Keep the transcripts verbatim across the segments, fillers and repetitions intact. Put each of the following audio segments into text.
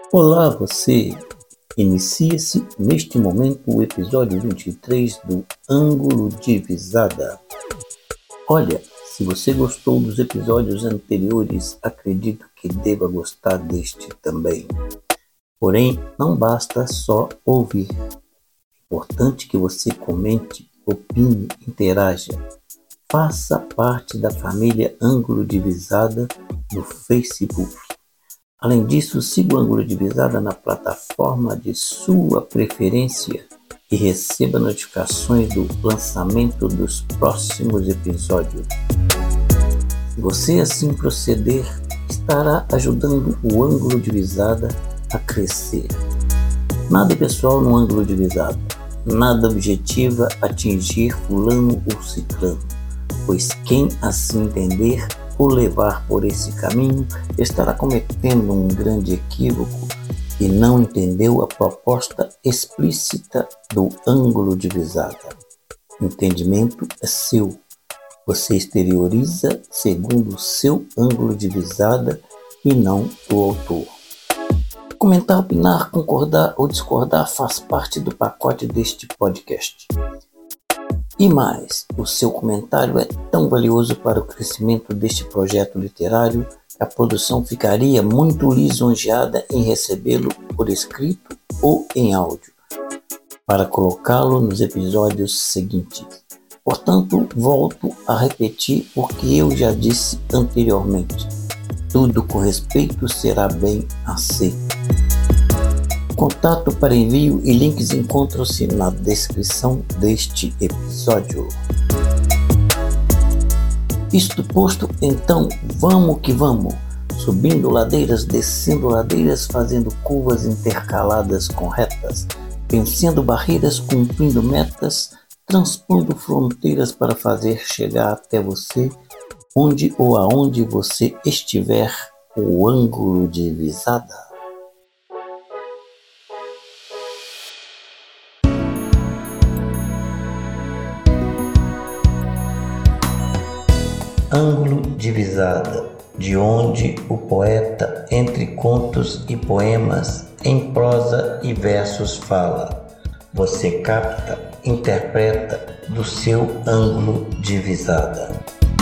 Olá você! Inicia-se neste momento o episódio vinte e três do Ângulo de Visada. Olha, se você gostou dos episódios anteriores, acredito que deva gostar deste também. Porém, não basta só ouvir. É importante que você comente, opine, interaja. Faça parte da família Ângulo de Visada no Facebook. Além disso, siga o Ângulo de Visada na plataforma de sua preferência e receba notificações do lançamento dos próximos episódios. Se você assim proceder, estará ajudando o Ângulo de Visada a crescer. Nada pessoal no Ângulo de Visada, nada objetiva atingir fulano ou ciclano, pois quem assim entender ou levar por esse caminho estará cometendo um grande equívoco e não entendeu a proposta explícita do Ângulo de Visada. Entendimento é seu. Você exterioriza segundo o seu ângulo de visada e não do autor. Comentar, opinar, concordar ou discordar faz parte do pacote deste podcast. E mais, o seu comentário é tão valioso para o crescimento deste projeto literário que a produção ficaria muito lisonjeada em recebê-lo por escrito ou em áudio, para colocá-lo nos episódios seguintes. Portanto, volto a repetir o que eu já disse anteriormente. Tudo com respeito será bem aceito. Contato para envio e links encontram-se na descrição deste episódio. Isto posto, então vamos que vamos, subindo ladeiras, descendo ladeiras, fazendo curvas intercaladas com retas, vencendo barreiras, cumprindo metas, transpondo fronteiras para fazer chegar até você, onde ou aonde você estiver, o Ângulo de Visada. Ângulo de Visada, de onde o poeta, entre contos e poemas, em prosa e versos fala. Você capta, interpreta do seu ângulo de visada.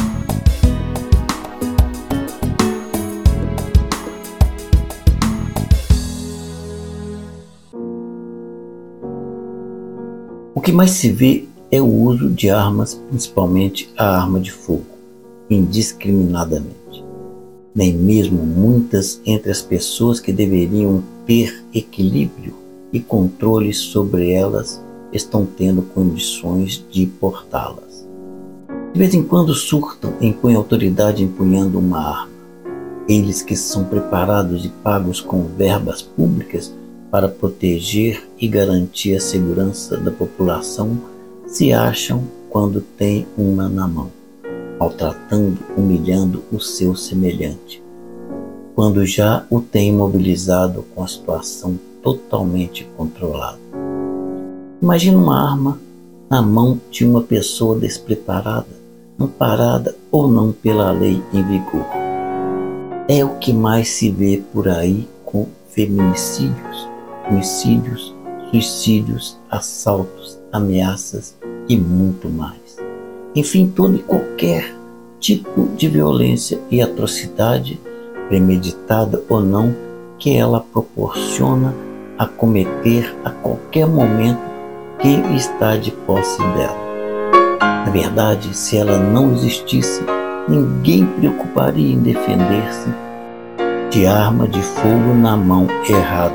O que mais se vê é o uso de armas, principalmente a arma de fogo, indiscriminadamente. Nem mesmo muitas entre as pessoas que deveriam ter equilíbrio e controle sobre elas estão tendo condições de portá-las. De vez em quando surtam e impõem autoridade empunhando uma arma. Eles que são preparados e pagos com verbas públicas para proteger e garantir a segurança da população se acham quando têm uma na mão, maltratando, humilhando o seu semelhante, quando já o tem imobilizado com a situação totalmente controlada. Imagina uma arma na mão de uma pessoa despreparada, amparada ou não pela lei em vigor. É o que mais se vê por aí com feminicídios, homicídios, suicídios, assaltos, ameaças e muito mais. Enfim, todo e qualquer tipo de violência e atrocidade, premeditada ou não, que ela proporciona a cometer a qualquer momento que está de posse dela. Na verdade, se ela não existisse, ninguém preocuparia em defender-se de arma de fogo na mão errada.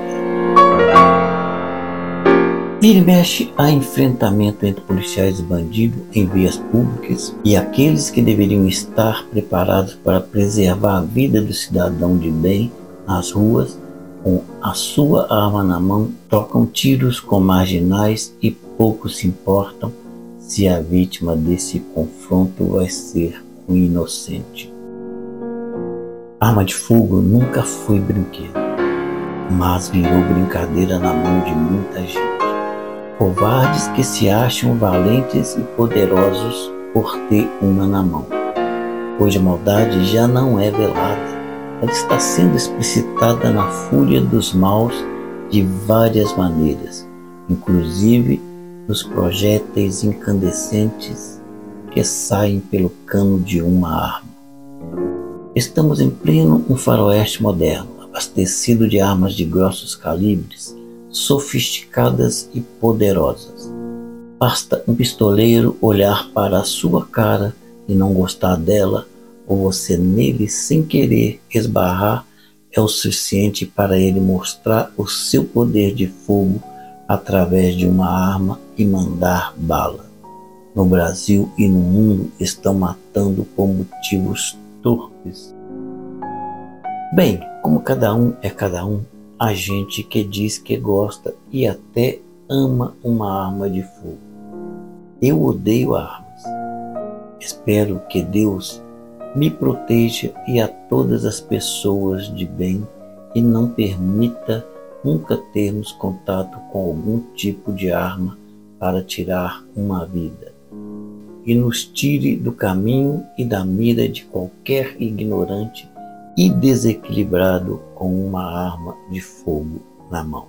Vira e mexe há enfrentamento entre policiais e bandidos em vias públicas e aqueles que deveriam estar preparados para preservar a vida do cidadão de bem nas ruas, com a sua arma na mão, trocam tiros com marginais e pouco se importam se a vítima desse confronto vai ser um inocente. Arma de fogo nunca foi brinquedo, mas virou brincadeira na mão de muita gente. Covardes que se acham valentes e poderosos por ter uma na mão, pois a maldade já não é velada, ela está sendo explicitada na fúria dos maus de várias maneiras, inclusive nos projéteis incandescentes que saem pelo cano de uma arma. Estamos em pleno um faroeste moderno, abastecido de armas de grossos calibres, sofisticadas e poderosas. Basta um pistoleiro olhar para a sua cara e não gostar dela, ou você nele sem querer esbarrar, é o suficiente para ele mostrar o seu poder de fogo através de uma arma e mandar bala. No Brasil e no mundo estão matando por motivos torpes. Bem, como cada um é cada um, há gente que diz que gosta e até ama uma arma de fogo. Eu odeio armas. Espero que Deus me proteja e a todas as pessoas de bem e não permita nunca termos contato com algum tipo de arma para tirar uma vida. E nos tire do caminho e da mira de qualquer ignorante e desequilibrado com uma arma de fogo na mão.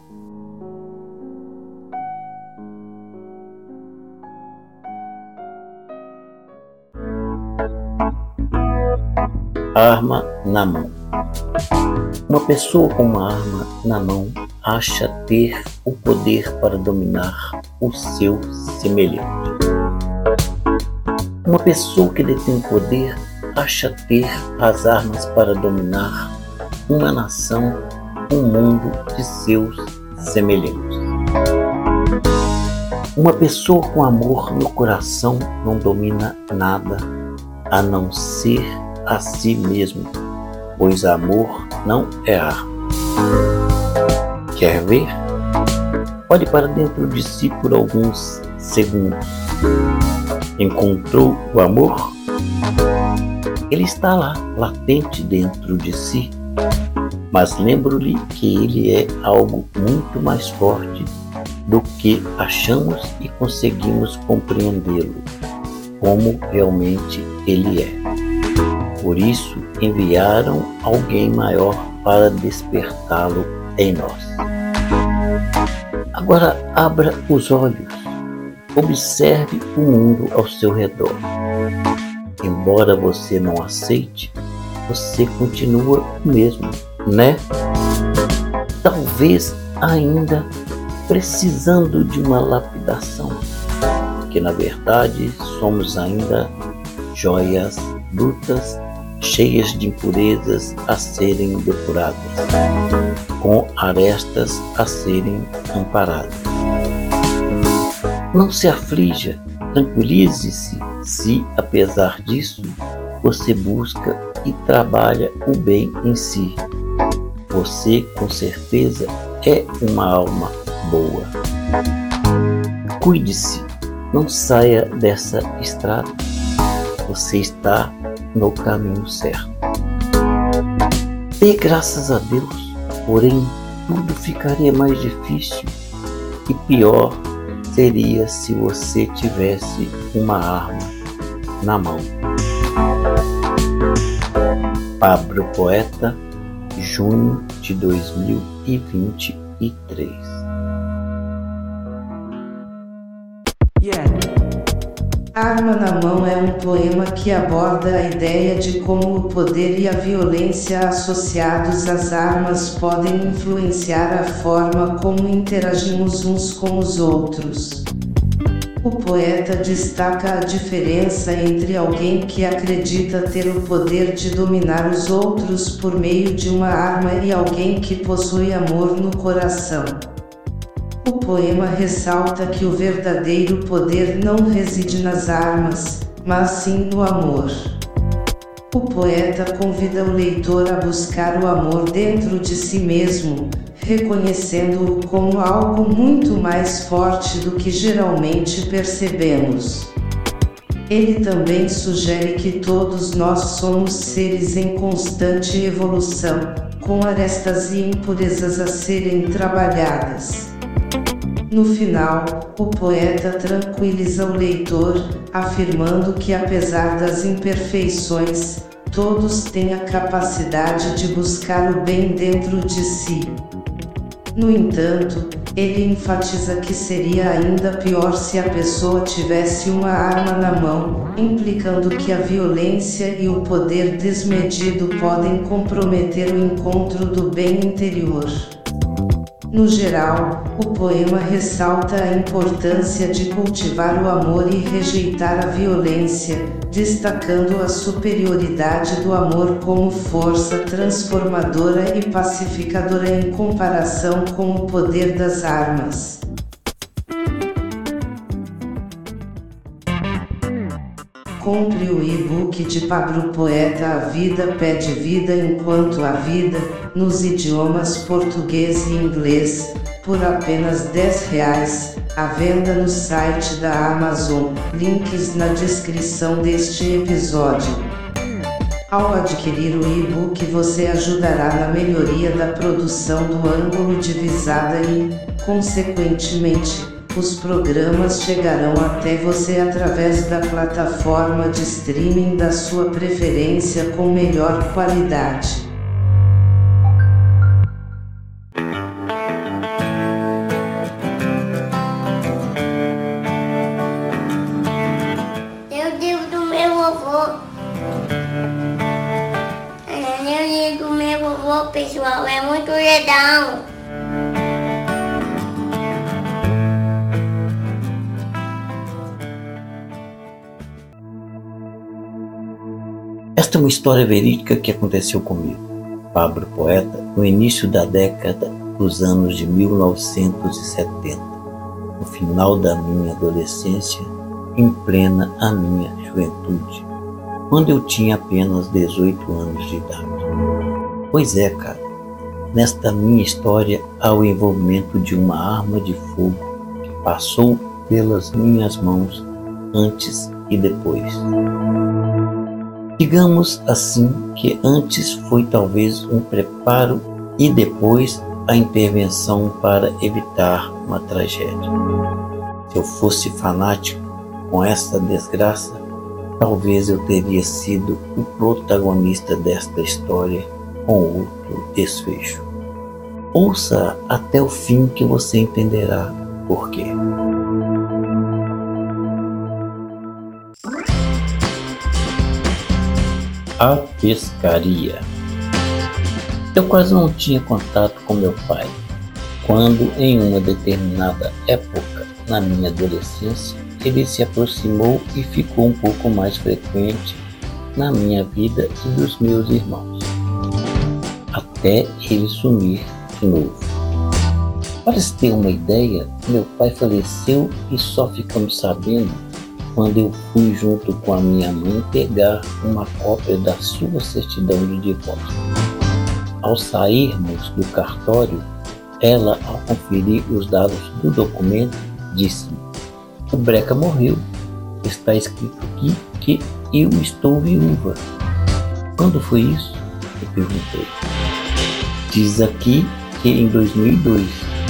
Arma na mão. Uma pessoa com uma arma na mão acha ter o poder para dominar o seu semelhante. Uma pessoa que detém poder acha ter as armas para dominar uma nação, um mundo de seus semelhantes. Uma pessoa com amor no coração não domina nada a não ser a si mesmo, pois amor não é arma. Quer ver? Olhe para dentro de si por alguns segundos. Encontrou o amor? Ele está lá, latente dentro de si, mas lembro-lhe que ele é algo muito mais forte do que achamos e conseguimos compreendê-lo, como realmente ele é. Por isso, enviaram alguém maior para despertá-lo em nós. Agora abra os olhos, observe o mundo ao seu redor. Embora você não aceite, você continua o mesmo, né? Talvez ainda precisando de uma lapidação, porque na verdade somos ainda joias brutas, cheias de impurezas a serem depuradas, com arestas a serem amparadas. Não se aflija, tranquilize-se se, apesar disso, você busca e trabalha o bem em si. Você, com certeza, é uma alma boa. Cuide-se, não saia dessa estrada. Você está no caminho certo. Dê graças a Deus, porém tudo ficaria mais difícil e pior seria se você tivesse uma arma na mão. Pablo Poeta, junho de dois mil e vinte e três. Yeah. Arma na Mão é um poema que aborda a ideia de como o poder e a violência associados às armas podem influenciar a forma como interagimos uns com os outros. O poeta destaca a diferença entre alguém que acredita ter o poder de dominar os outros por meio de uma arma e alguém que possui amor no coração. O poema ressalta que o verdadeiro poder não reside nas armas, mas sim no amor. O poeta convida o leitor a buscar o amor dentro de si mesmo, reconhecendo-o como algo muito mais forte do que geralmente percebemos. Ele também sugere que todos nós somos seres em constante evolução, com arestas e impurezas a serem trabalhadas. No final, o poeta tranquiliza o leitor, afirmando que apesar das imperfeições, Todos têm a capacidade de buscar o bem dentro de si. No entanto, ele enfatiza que seria ainda pior se a pessoa tivesse uma arma na mão, implicando que a violência e o poder desmedido podem comprometer o encontro do bem interior. No geral, o poema ressalta a importância de cultivar o amor e rejeitar a violência, destacando a superioridade do amor como força transformadora e pacificadora em comparação com o poder das armas. Compre o e-book de Pablo Poeta A Vida Pede Vida Enquanto a Vida, nos idiomas português e inglês, por apenas dez reais, à venda no site da Amazon, links na descrição deste episódio. Ao adquirir o e-book você ajudará na melhoria da produção do ângulo de visada e, consequentemente, os programas chegarão até você através da plataforma de streaming da sua preferência com melhor qualidade. Eu digo do meu vovô. Eu digo do meu vovô, pessoal, é muito legal. Esta é uma história verídica que aconteceu comigo, Pablo Poeta, no início da década dos anos de mil novecentos e setenta, no final da minha adolescência, em plena a minha juventude, quando eu tinha apenas dezoito anos de idade. Pois é, cara, nesta minha história há o envolvimento de uma arma de fogo que passou pelas minhas mãos antes e depois. Digamos assim que antes foi talvez um preparo e depois a intervenção para evitar uma tragédia. Se eu fosse fanático com essa desgraça, talvez eu teria sido o protagonista desta história com outro desfecho. Ouça até o fim que você entenderá por quê. A pescaria. Eu quase não tinha contato com meu pai, quando em uma determinada época, na minha adolescência, ele se aproximou e ficou um pouco mais frequente na minha vida e dos meus irmãos, até ele sumir de novo. Para se ter uma ideia, meu pai faleceu e só ficamos sabendo quando eu fui junto com a minha mãe pegar uma cópia da sua certidão de divórcio. Ao sairmos do cartório, ela, ao conferir os dados do documento, disse-me: "O Breca morreu. Está escrito aqui que eu estou viúva." "Quando foi isso?" eu perguntei. "Diz aqui que em dois mil e dois.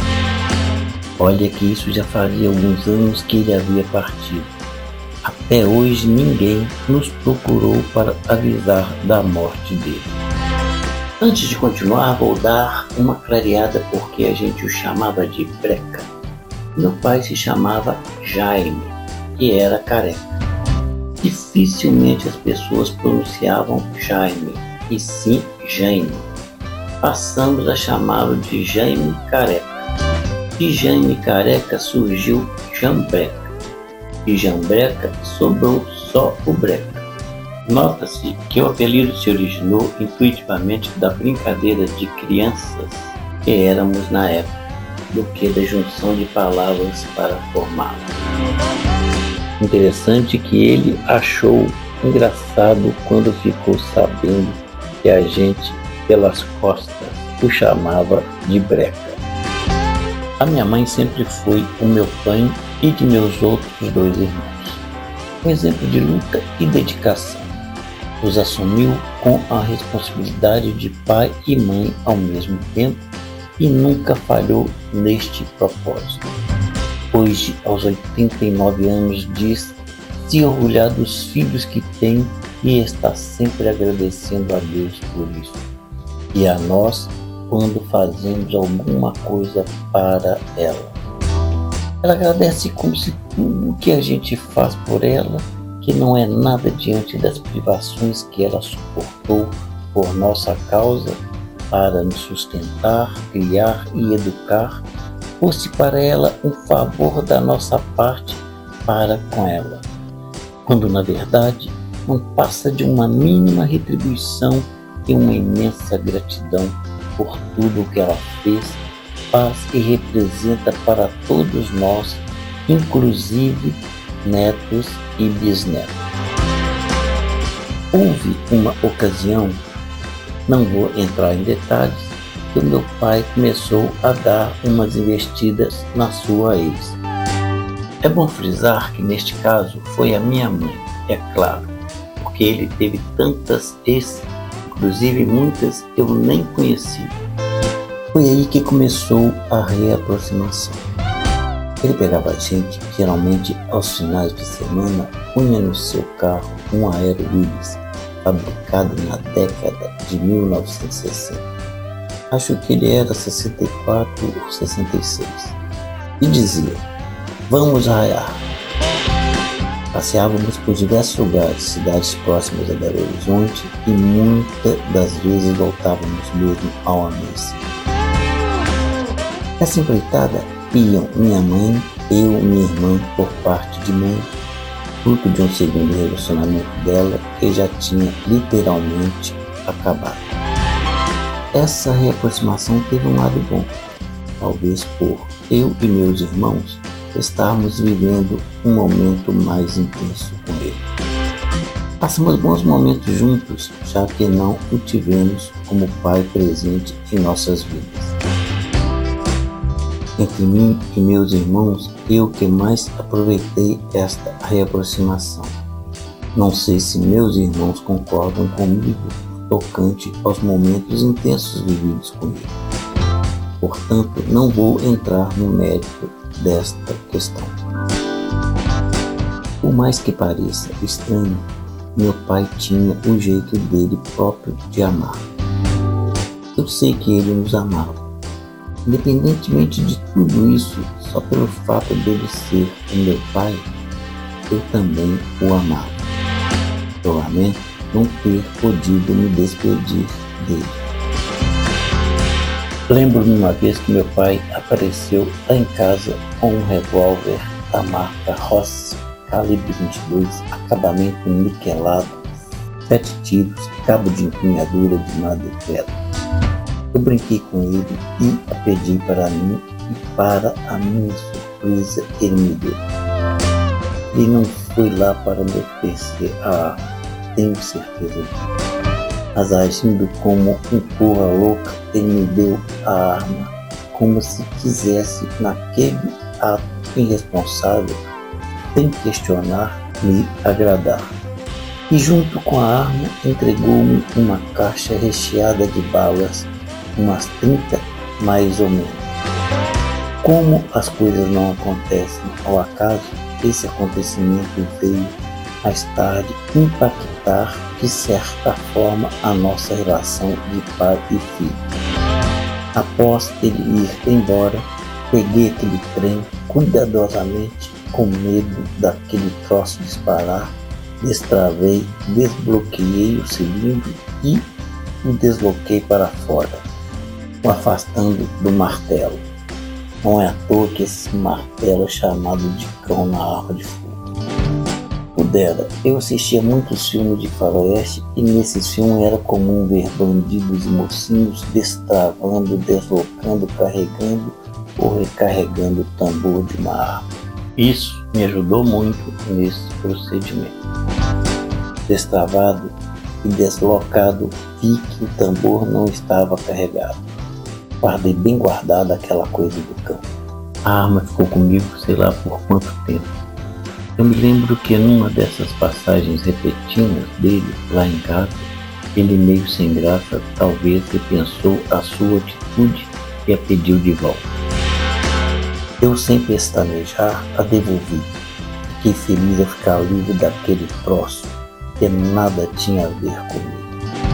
Olha que isso já fazia alguns anos que ele havia partido. Até hoje ninguém nos procurou para avisar da morte dele." Antes de continuar, vou dar uma clareada porque a gente o chamava de Breca. Meu pai se chamava Jaime e era careca. Dificilmente as pessoas pronunciavam Jaime, e sim Jaime. Passamos a chamá-lo de Jaime Careca. De Jaime Careca surgiu Jambreca. De Jambreca sobrou só o Breca. Nota-se que o apelido se originou intuitivamente da brincadeira de crianças que éramos na época, do que da junção de palavras para formá-lo. Interessante que ele achou engraçado quando ficou sabendo que a gente, pelas costas, o chamava de Breca. A minha mãe sempre foi o meu pai e de meus outros dois irmãos. Um exemplo de luta e dedicação. Os assumiu com a responsabilidade de pai e mãe ao mesmo tempo e nunca falhou neste propósito. Hoje, aos oitenta e nove anos, diz se orgulhar dos filhos que tem e está sempre agradecendo a Deus por isso, e a nós quando fazemos alguma coisa para ela. Ela agradece como se tudo que a gente faz por ela, que não é nada diante das privações que ela suportou por nossa causa, para nos sustentar, criar e educar, fosse para ela um favor da nossa parte para com ela, quando na verdade não passa de uma mínima retribuição e uma imensa gratidão por tudo o que ela fez, faz e representa para todos nós, inclusive netos e bisnetos. Houve uma ocasião, não vou entrar em detalhes, que o meu pai começou a dar umas investidas na sua ex. É bom frisar que neste caso foi a minha mãe, é claro, porque ele teve tantas ex, inclusive muitas eu nem conheci. Foi aí que começou a reaproximação. Ele pegava a gente, geralmente aos finais de semana, punha no seu carro um Aero Willys, fabricado na década de mil novecentos e sessenta. Acho que ele era sessenta e quatro ou sessenta e seis. E dizia: vamos raiar. Passeávamos por diversos lugares, cidades próximas a Belo Horizonte, e muitas das vezes voltávamos mesmo ao amanhecer. Nessa empreitada iam minha mãe, eu e minha irmã por parte de mãe, fruto de um segundo relacionamento dela que já tinha literalmente acabado. Essa reaproximação teve um lado bom, talvez por eu e meus irmãos estarmos vivendo um momento mais intenso com ele. Passamos bons momentos juntos, já que não o tivemos como pai presente em nossas vidas. Entre mim e meus irmãos, eu que mais aproveitei esta reaproximação. Não sei se meus irmãos concordam comigo tocante aos momentos intensos vividos com ele. Portanto, não vou entrar no mérito desta questão. Por mais que pareça estranho, meu pai tinha o jeito dele próprio de amar. Eu sei que ele nos amava. Independentemente de tudo isso, só pelo fato dele ser o meu pai, eu também o amava. Eu lamento não ter podido me despedir dele. Lembro-me uma vez que meu pai apareceu lá em casa com um revólver da marca Ross, calibre vinte e dois, acabamento niquelado, sete tiros, cabo de empunhadura de madrepérola. Eu brinquei com ele e a pedi para mim, e para a minha surpresa ele me deu. Ele não foi lá para me oferecer a arma, tenho certeza disso. Mas agindo como um porra louca, ele me deu a arma, como se quisesse, naquele ato irresponsável, sem questionar, me agradar. E junto com a arma, entregou-me uma caixa recheada de balas, umas trinta mais ou menos. Como as coisas não acontecem ao acaso, esse acontecimento veio mais tarde impactar de certa forma a nossa relação de pai e filho. Após ele ir embora, peguei aquele trem cuidadosamente, com medo daquele troço disparar, destravei, desbloqueei o cilindro e o desloquei para fora, o afastando do martelo. Não é à toa que esse martelo é chamado de cão na arma de fogo. Pudera, eu assistia muitos filmes de faroeste e nesses filmes era comum ver bandidos e mocinhos destravando, deslocando, carregando ou recarregando o tambor de uma arma. Isso me ajudou muito nesse procedimento. Destravado e deslocado, vi que o tambor não estava carregado. Guardei bem guardada aquela coisa do cão. A arma ficou comigo sei lá por quanto tempo. Eu me lembro que numa dessas passagens repetidas dele lá em casa, ele meio sem graça talvez repensou a sua atitude e a pediu de volta. Eu sem pestanejar a devolvi. Fiquei feliz a ficar livre daquele troço que nada tinha a ver comigo.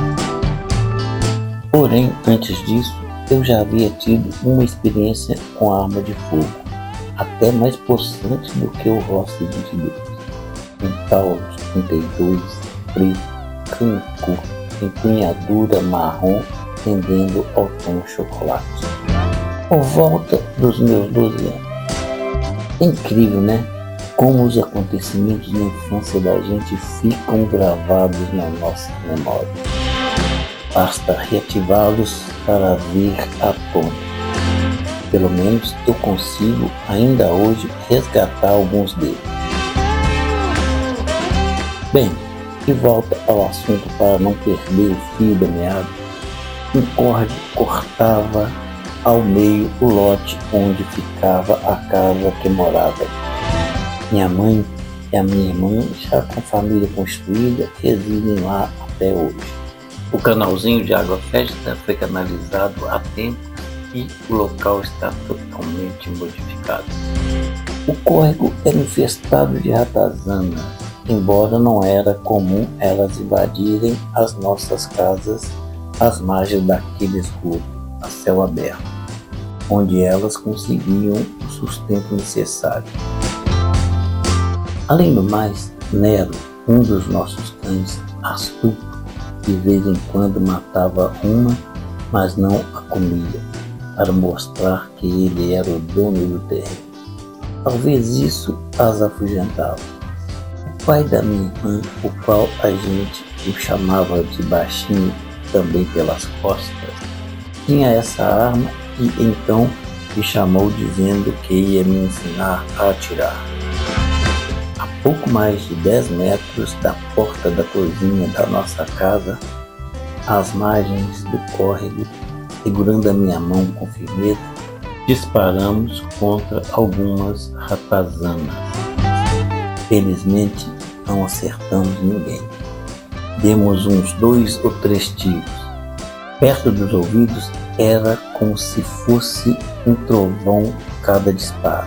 Porém, antes disso, eu já havia tido uma experiência com a arma de fogo, até mais possante do que o Rossi vinte e dois. Um Taurus trinta e dois, preto, cano curto, empunhadura marrom, tendendo ao tom chocolate. Por volta dos meus doze anos. É incrível, né? Como os acontecimentos na infância da gente ficam gravados na nossa memória. Basta reativá-los para vir à tona. Pelo menos eu consigo, ainda hoje, resgatar alguns deles. Bem, de volta ao assunto para não perder o fio da meada, um córrego cortava ao meio o lote onde ficava a casa que morava. Minha mãe e a minha irmã, já com família constituída, residem lá até hoje. O canalzinho de água festa foi canalizado há tempo e o local está totalmente modificado. O córrego era infestado de ratazanas, embora não era comum elas invadirem as nossas casas às margens daquele esgoto a céu aberto, onde elas conseguiam o sustento necessário. Além do mais, Nero, um dos nossos cães, astuto, de vez em quando matava uma, mas não a comia, para mostrar que ele era o dono do terreno. Talvez isso as afugentava. O pai da minha irmã, o qual a gente o chamava de baixinho também pelas costas, tinha essa arma e então me chamou dizendo que ia me ensinar a atirar. A pouco mais de dez metros da porta da cozinha da nossa casa, às margens do córrego, segurando a minha mão com firmeza, disparamos contra algumas ratazanas. Felizmente não acertamos ninguém. Demos uns dois ou três tiros. Perto dos ouvidos era como se fosse um trovão cada disparo.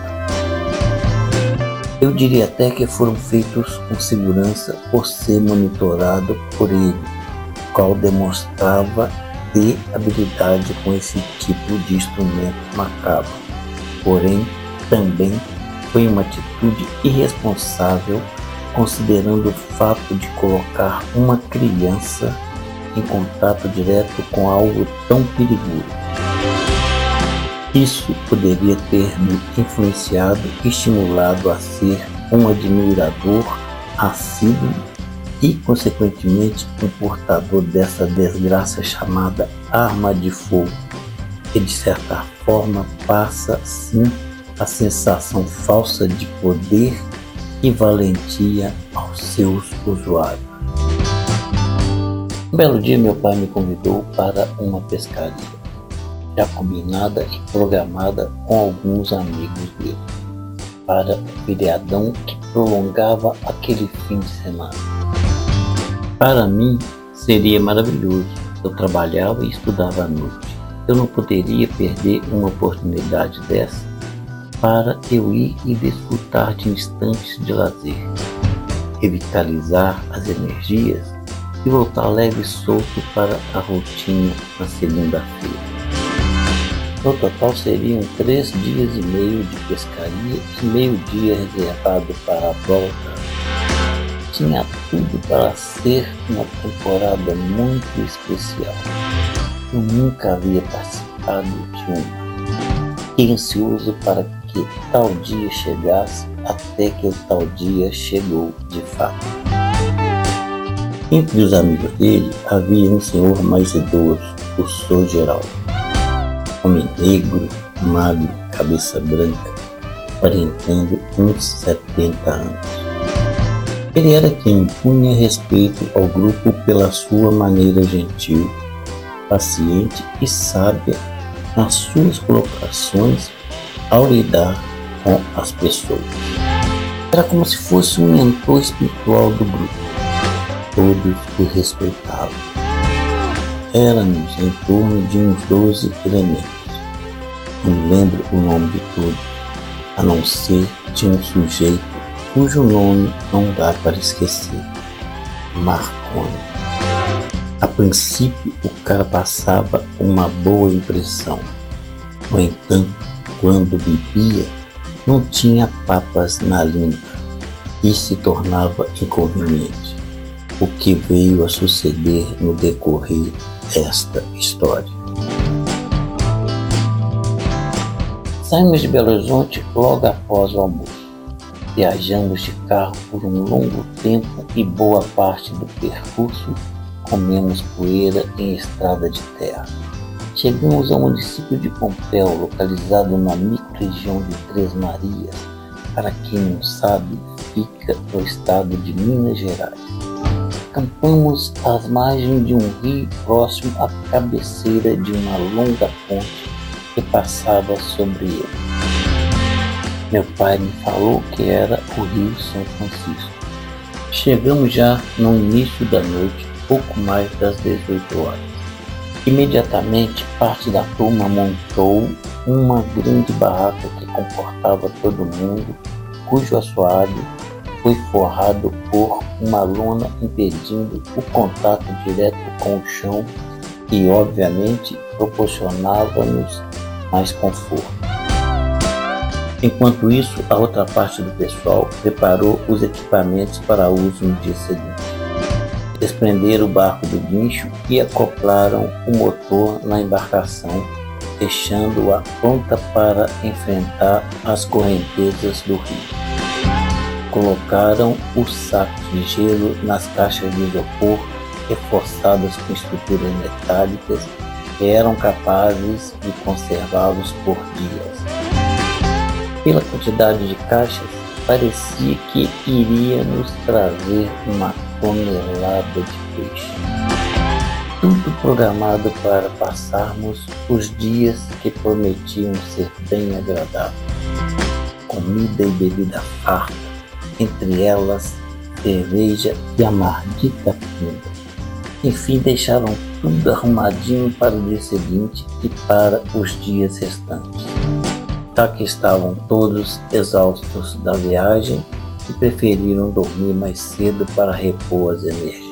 Eu diria até que foram feitos com segurança por ser monitorado por ele, o qual demonstrava ter habilidade com esse tipo de instrumento macabro. Porém, também foi uma atitude irresponsável, considerando o fato de colocar uma criança em contato direto com algo tão perigoso. Isso poderia ter me influenciado e estimulado a ser um admirador assíduo e, consequentemente, um portador dessa desgraça chamada arma de fogo, que de certa forma passa, sim, a sensação falsa de poder e valentia aos seus usuários. Um belo dia meu pai me convidou para uma pescaria, já combinada e programada com alguns amigos dele, para o feriadão que prolongava aquele fim de semana. Para mim seria maravilhoso, eu trabalhava e estudava à noite. Eu não poderia perder uma oportunidade dessa para eu ir e desfrutar de instantes de lazer, revitalizar as energias e voltar leve e solto para a rotina na segunda-feira. No total seriam três dias e meio de pescaria e meio dia reservado para a volta. Tinha tudo para ser uma temporada muito especial. Eu nunca havia participado de uma. Fiquei ansioso para que tal dia chegasse, até que o tal dia chegou de fato. Entre os amigos dele havia um senhor mais idoso, o senhor Geraldo. Homem negro, magro, cabeça branca, aparentando uns setenta anos. Ele era quem impunha respeito ao grupo pela sua maneira gentil, paciente e sábia nas suas colocações ao lidar com as pessoas. Era como se fosse um mentor espiritual do grupo. Todos o respeitavam. Éramos em torno de uns doze elementos. Não lembro o nome de todos, a não ser de um sujeito cujo nome não dá para esquecer. Marconi. A princípio, o cara passava uma boa impressão. No entanto, quando bebia, não tinha papas na língua e se tornava inconveniente, o que veio a suceder no decorrer desta história. Saímos de Belo Horizonte logo após o almoço. Viajamos de carro por um longo tempo e boa parte do percurso comemos poeira em estrada de terra. Chegamos ao município de Pompéu, localizado na microrregião de Três Marias. Para quem não sabe, fica no estado de Minas Gerais. Acampamos às margens de um rio próximo à cabeceira de uma longa ponte que passava sobre ele. Meu pai me falou que era o Rio São Francisco. Chegamos já no início da noite, pouco mais das dezoito horas. Imediatamente, parte da turma montou uma grande barraca que comportava todo mundo, cujo assoalho foi forrado por uma lona impedindo o contato direto com o chão e, obviamente, proporcionava-nos mais conforto. Enquanto isso, a outra parte do pessoal preparou os equipamentos para uso no dia seguinte. Desprenderam o barco do guincho e acoplaram o motor na embarcação, deixando-a pronta para enfrentar as correntezas do rio. Colocaram os sacos de gelo nas caixas de isopor, reforçadas com estruturas metálicas, que eram capazes de conservá-los por dias. Pela quantidade de caixas, parecia que iríamos trazer uma tonelada de peixe. Tudo programado para passarmos os dias que prometiam ser bem agradáveis. Comida e bebida farta, entre elas cerveja e a maldita pinga. Enfim, deixaram tudo arrumadinho para o dia seguinte e para os dias restantes. Já que estavam todos exaustos da viagem e preferiram dormir mais cedo para repor as energias.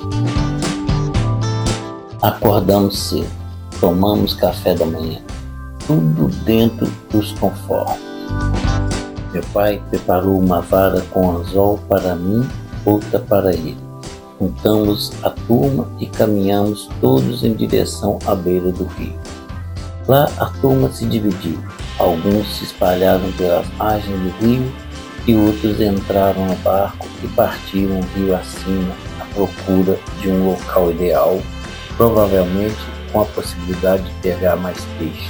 Acordamos cedo, tomamos café da manhã, tudo dentro dos conformes. Meu pai preparou uma vara com anzol para mim, outra para ele. Juntamos a turma e caminhamos todos em direção à beira do rio. Lá a turma se dividiu. Alguns se espalharam pelas margens do rio e outros entraram no barco e partiram rio acima à procura de um local ideal, provavelmente com a possibilidade de pegar mais peixe.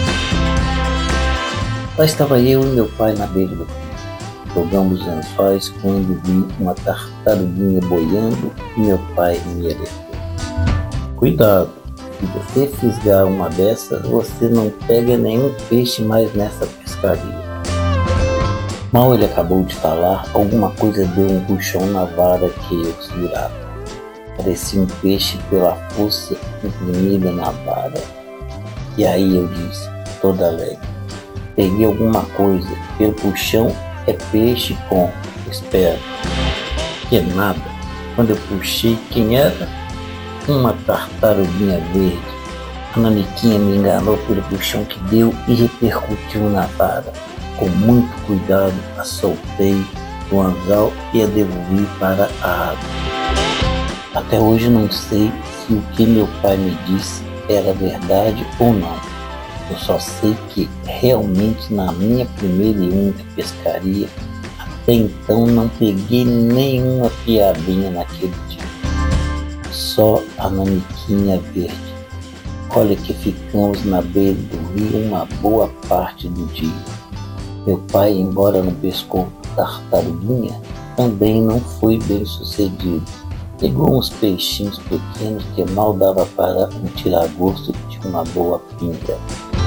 Lá estava eu e meu pai na beira do rio. Jogamos lençóis quando vi uma tartaruguinha boiando e meu pai me alertou. Cuidado, se você fisgar uma dessas, você não pega nenhum peixe mais nessa pescaria. Mal ele acabou de falar, alguma coisa deu um puxão na vara que eu segurava. Parecia um peixe pela força imprimida na vara. E aí eu disse, toda alegre, peguei alguma coisa, pelo puxão é peixe com, espera. Que nada, quando eu puxei, quem era? Uma tartaruguinha verde. A naniquinha me enganou pelo puxão que deu e repercutiu na vara. Com muito cuidado, a soltei do anzol e a devolvi para a água. Até hoje não sei se o que meu pai me disse era verdade ou não. Eu só sei que realmente na minha primeira e única pescaria, até então não peguei nenhuma piabinha naquele dia. Só a naniquinha verde. Olha que ficamos na beira do rio uma boa parte do dia. Meu pai, embora não pescou tartaruguinha, também não foi bem sucedido. Pegou uns peixinhos pequenos que mal dava para um tiragosto de uma boa pinga.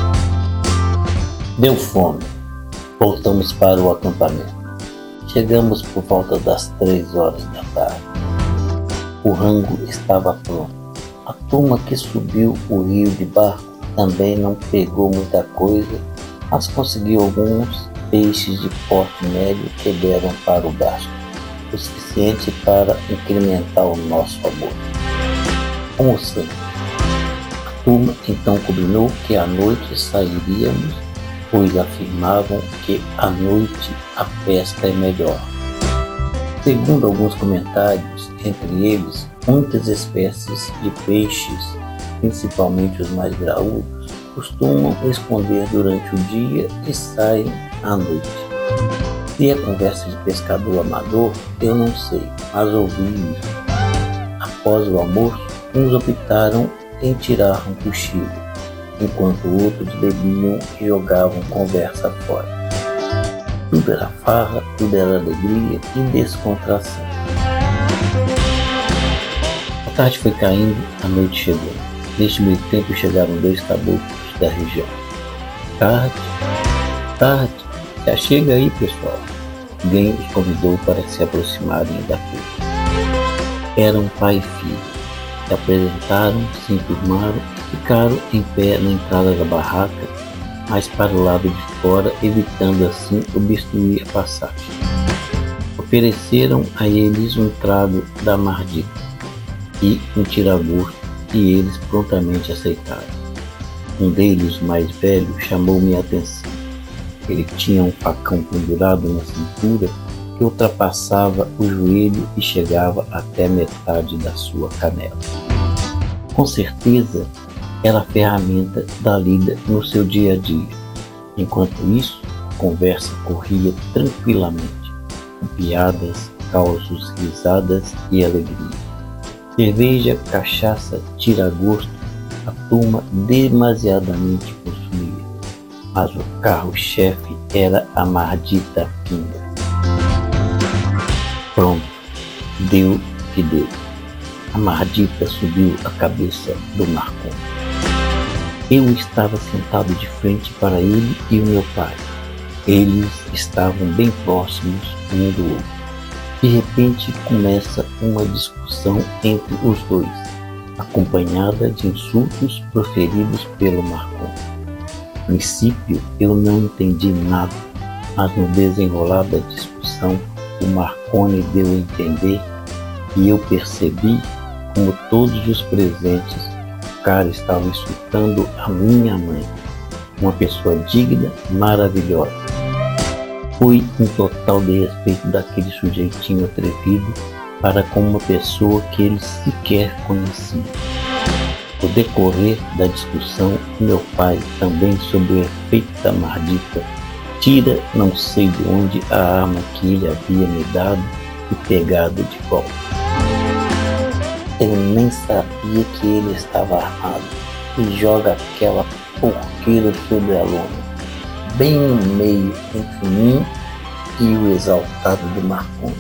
Deu fome. Voltamos para o acampamento. Chegamos por volta das três horas da tarde. O rango estava pronto. A turma que subiu o rio de barco também não pegou muita coisa, mas conseguiu alguns peixes de porte médio que deram para o gasto. o suficiente para incrementar o nosso amor. Almoçamos. A turma então combinou que à noite sairíamos, pois afirmavam que à noite a pesca é melhor. Segundo alguns comentários, entre eles, muitas espécies de peixes, principalmente os mais graúdos, costumam esconder durante o dia e saem à noite. Se é conversa de pescador amador, eu não sei, mas ouvi isso. Após o almoço, uns optaram em tirar um cochilo, enquanto outros bebiam e jogavam conversa fora. Tudo era farra, tudo era alegria e descontração. A tarde foi caindo, a noite chegou. Neste meio tempo chegaram dois caboclos da região. Tarde, tarde, já chega aí, pessoal. Alguém os convidou para se aproximarem da turma. Eram pai e filho. Se apresentaram, se enturmaram e ficaram em pé na entrada da barraca, mas para o lado de fora, evitando assim obstruir a passagem. Ofereceram a eles um trago da mardita e um tira-gosto, e eles prontamente aceitaram. Um deles, o mais velho, chamou minha atenção. Ele tinha um facão pendurado na cintura que ultrapassava o joelho e chegava até a metade da sua canela. Com certeza, era a ferramenta da lida no seu dia a dia. Enquanto isso, a conversa corria tranquilamente, com piadas, causos, risadas e alegria. Cerveja, cachaça, tira-gosto, a turma demasiadamente consumia, mas o carro-chefe era a mardita pinga. Pronto, deu que deu. A mardita subiu a cabeça do Marconi. Eu estava sentado de frente para ele e o meu pai. Eles estavam bem próximos um do outro. De repente começa uma discussão entre os dois, acompanhada de insultos proferidos pelo Marconi. No princípio eu não entendi nada, mas no desenrolar da discussão o Marconi deu a entender e eu percebi como todos os presentes o cara estava insultando a minha mãe, uma pessoa digna, maravilhosa. Foi um total desrespeito daquele sujeitinho atrevido para com uma pessoa que ele sequer conhecia. No decorrer da discussão, meu pai, também sob o efeito da mardita, tira não sei de onde a arma que ele havia me dado e pegado de volta. Eu nem sabia que ele estava armado e joga aquela porqueira sobre a lona, bem no meio entre mim e o exaltado do Marconi.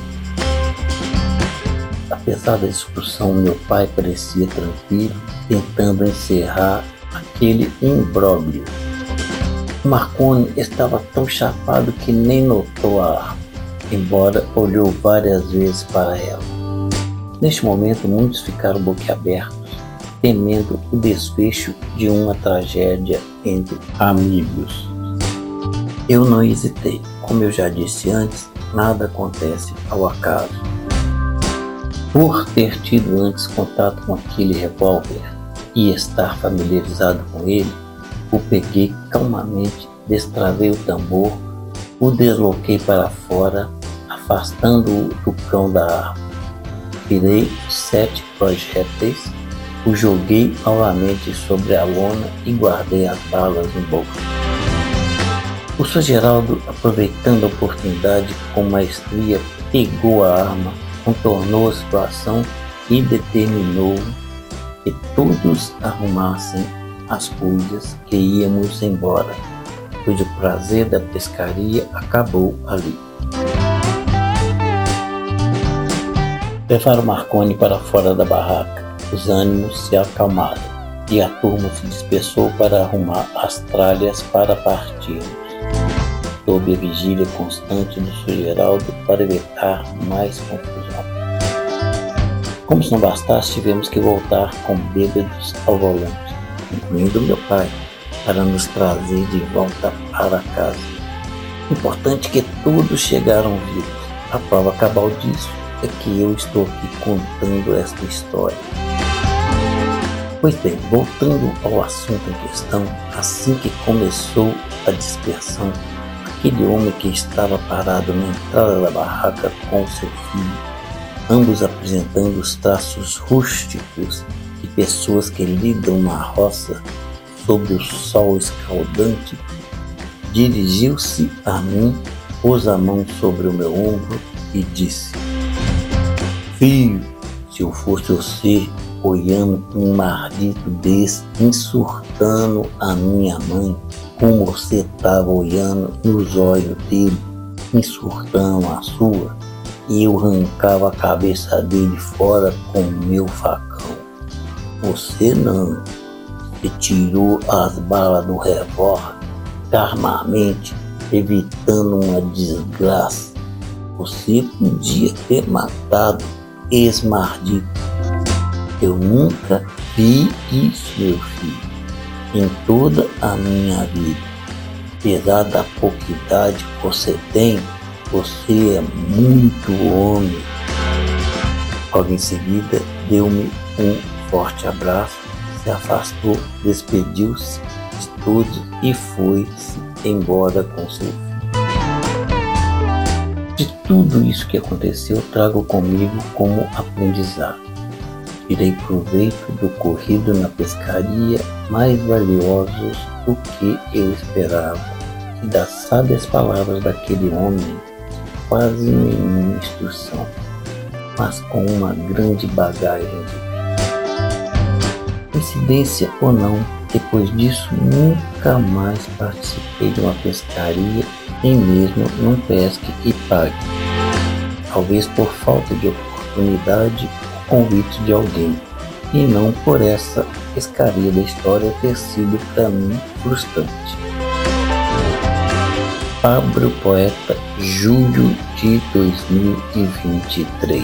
Apesar da discussão, meu pai parecia tranquilo, tentando encerrar aquele imbróglio. O Marconi estava tão chapado que nem notou a arma, embora olhou várias vezes para ela. Neste momento, muitos ficaram boquiabertos, temendo o desfecho de uma tragédia entre amigos. Eu não hesitei. Como eu já disse antes, nada acontece ao acaso. Por ter tido antes contato com aquele revólver e estar familiarizado com ele, o peguei calmamente, destravei o tambor, o desloquei para fora, afastando-o do cão da arma. Tirei sete projéteis, o joguei novamente sobre a lona e guardei as balas no bolso. O Sr. Geraldo, aproveitando a oportunidade com maestria, pegou a arma, contornou a situação e determinou que todos arrumassem as coisas que íamos embora, pois o prazer da pescaria acabou ali. Levaram Marconi para fora da barraca. Os ânimos se acalmaram e a turma se dispersou para arrumar as tralhas para partirmos, sob a vigília constante do senhor Geraldo para evitar mais confusão. Como se não bastasse, tivemos que voltar com bêbados ao volante, incluindo meu pai, para nos trazer de volta para casa. Importante que todos chegaram vivos. A prova cabal disso é que eu estou aqui contando esta história? Pois bem, voltando ao assunto em questão, assim que começou a dispersão, aquele homem que estava parado na entrada da barraca com seu filho, ambos apresentando os traços rústicos de pessoas que lidam na roça sob o sol escaldante, dirigiu-se a mim, pôs a mão sobre o meu ombro e disse: Filho, se eu fosse você olhando para um maldito desse, insultando a minha mãe, como você estava olhando nos olhos dele, insultando a sua, e eu arrancava a cabeça dele fora com o meu facão. Você não, você tirou as balas do revólver calmamente, evitando uma desgraça. Você podia ter matado esse maldito. Eu nunca vi isso, meu filho, em toda a minha vida. Apesar da pouca idade que você tem, você é muito homem. Logo em seguida, deu-me um forte abraço, se afastou, despediu-se de todos e foi-se embora com seu filho. De tudo isso que aconteceu, trago comigo como aprendizado. Tirei proveito do ocorrido na pescaria, mais valiosos do que eu esperava, e das sábias palavras daquele homem, quase nenhuma instrução, mas com uma grande bagagem de vida. Coincidência ou não, depois disso nunca mais participei de uma pescaria, nem mesmo num pesque e pague. Talvez por falta de oportunidade, convite de alguém, e não por essa pescaria da história ter sido para mim frustrante. Pablo Poeta, julho de dois mil e vinte e três.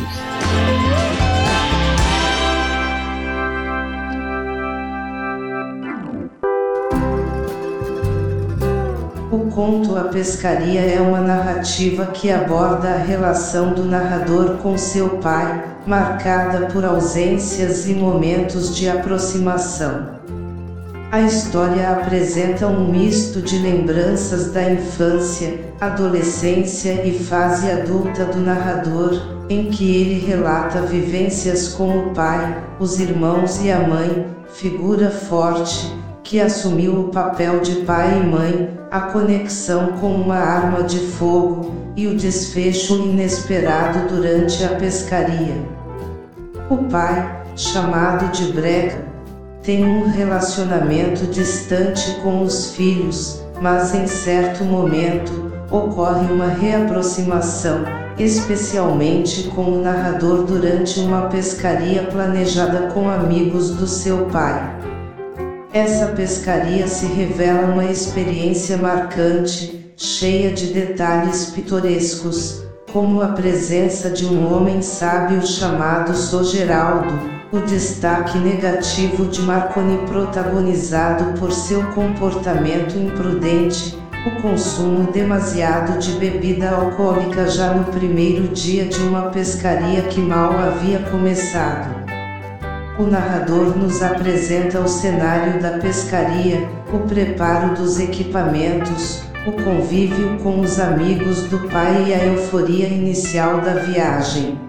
O conto A Pescaria é uma narrativa que aborda a relação do narrador com seu pai, marcada por ausências e momentos de aproximação. A história apresenta um misto de lembranças da infância, adolescência e fase adulta do narrador, em que ele relata vivências com o pai, os irmãos e a mãe, figura forte, que assumiu o papel de pai e mãe, a conexão com uma arma de fogo, e o desfecho inesperado durante a pescaria. O pai, chamado de Brega, tem um relacionamento distante com os filhos, mas em certo momento, ocorre uma reaproximação, especialmente com o narrador durante uma pescaria planejada com amigos do seu pai. Essa pescaria se revela uma experiência marcante, cheia de detalhes pitorescos, como a presença de um homem sábio chamado Sr. Geraldo, o destaque negativo de Marconi protagonizado por seu comportamento imprudente, o consumo demasiado de bebida alcoólica já no primeiro dia de uma pescaria que mal havia começado. O narrador nos apresenta o cenário da pescaria, o preparo dos equipamentos, o convívio com os amigos do pai e a euforia inicial da viagem.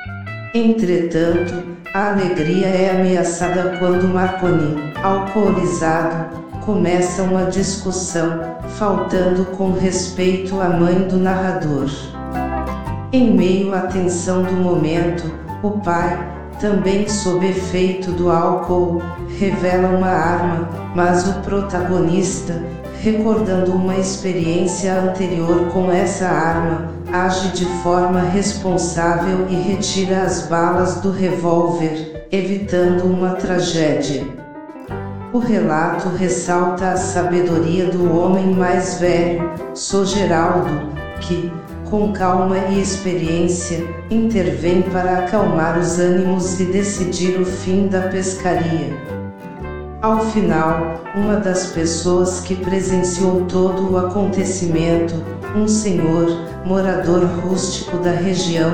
Entretanto, a alegria é ameaçada quando Marconi, alcoolizado, começa uma discussão, faltando com respeito à mãe do narrador. Em meio à tensão do momento, o pai, também sob efeito do álcool, revela uma arma, mas o protagonista, recordando uma experiência anterior com essa arma, age de forma responsável e retira as balas do revólver, evitando uma tragédia. O relato ressalta a sabedoria do homem mais velho, Sr. Geraldo, que, com calma e experiência, intervém para acalmar os ânimos e decidir o fim da pescaria. Ao final, uma das pessoas que presenciou todo o acontecimento, um senhor, morador rústico da região,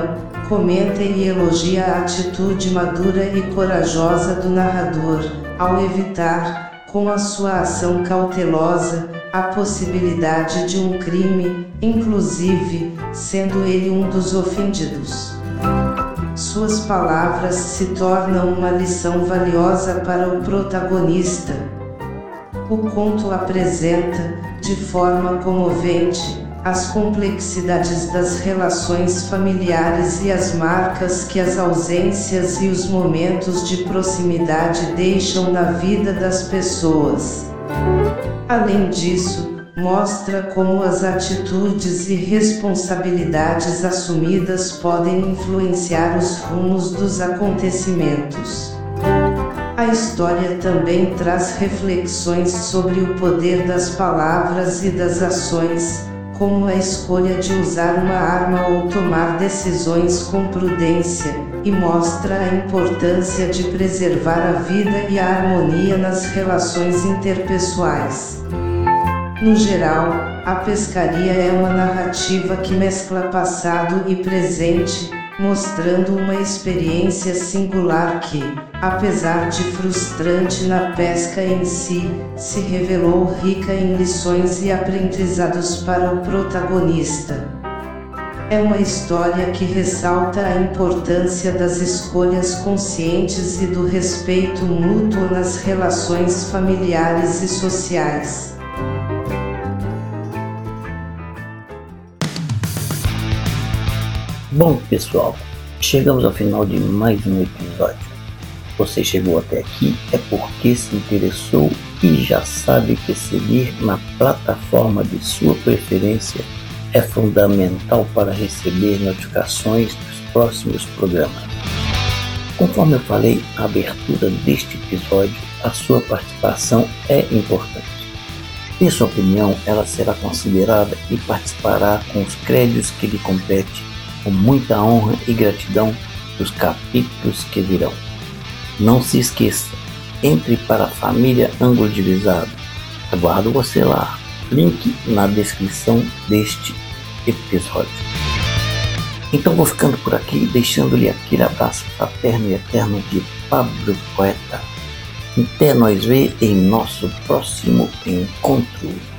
comenta e elogia a atitude madura e corajosa do narrador, ao evitar, com a sua ação cautelosa, a possibilidade de um crime, inclusive, sendo ele um dos ofendidos. Suas palavras se tornam uma lição valiosa para o protagonista. O conto apresenta, de forma comovente, as complexidades das relações familiares e as marcas que as ausências e os momentos de proximidade deixam na vida das pessoas. Além disso, mostra como as atitudes e responsabilidades assumidas podem influenciar os rumos dos acontecimentos. A história também traz reflexões sobre o poder das palavras e das ações, como a escolha de usar uma arma ou tomar decisões com prudência, e mostra a importância de preservar a vida e a harmonia nas relações interpessoais. No geral, a pescaria é uma narrativa que mescla passado e presente, mostrando uma experiência singular que, apesar de frustrante na pesca em si, se revelou rica em lições e aprendizados para o protagonista. É uma história que ressalta a importância das escolhas conscientes e do respeito mútuo nas relações familiares e sociais. Bom, pessoal, chegamos ao final de mais um episódio. Você chegou até aqui é porque se interessou e já sabe que seguir na plataforma de sua preferência é fundamental para receber notificações dos próximos programas. Conforme eu falei na abertura deste episódio, a sua participação é importante. Em sua opinião, ela será considerada e participará com os créditos que lhe competem, com muita honra e gratidão dos capítulos que virão. Não se esqueça, entre para a família Ângulo Divisado. Aguardo você lá. Link na descrição deste episódio. Então vou ficando por aqui, deixando-lhe aquele abraço fraterno e eterno de Pablo Poeta. Até nós ver em nosso próximo encontro.